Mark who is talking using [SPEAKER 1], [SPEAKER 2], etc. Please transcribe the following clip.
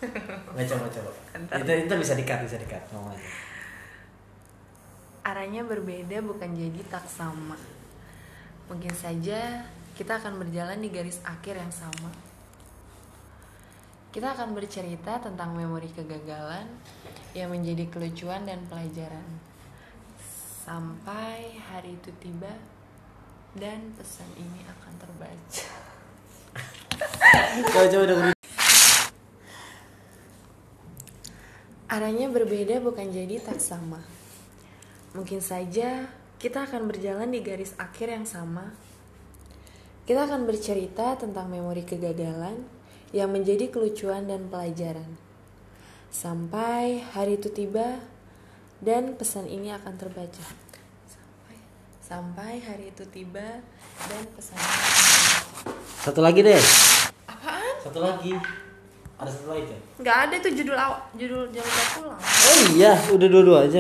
[SPEAKER 1] Nggak, coba. Itu bisa dikat ngomong aja.
[SPEAKER 2] Arahnya berbeda bukan jadi tak sama. Mungkin saja kita akan berjalan di garis akhir yang sama. Kita akan bercerita tentang memori kegagalan yang menjadi kelucuan dan pelajaran. Sampai hari itu tiba dan pesan ini akan terbaca.
[SPEAKER 1] Coba dengerin.
[SPEAKER 2] Arahnya berbeda bukan jadi tak sama. Mungkin saja kita akan berjalan di garis akhir yang sama. Kita akan bercerita tentang memori kegagalan yang menjadi kelucuan dan pelajaran. Sampai hari itu tiba dan pesan ini akan terbaca. Sampai hari itu tiba dan pesan ini akan terbaca.
[SPEAKER 1] Satu lagi deh.
[SPEAKER 2] Apaan?
[SPEAKER 1] Satu lagi. Ada satu lagi kan?
[SPEAKER 2] Nggak ada, itu judul Jangan Lupa Pulang.
[SPEAKER 1] Oh iya, udah dua-dua aja.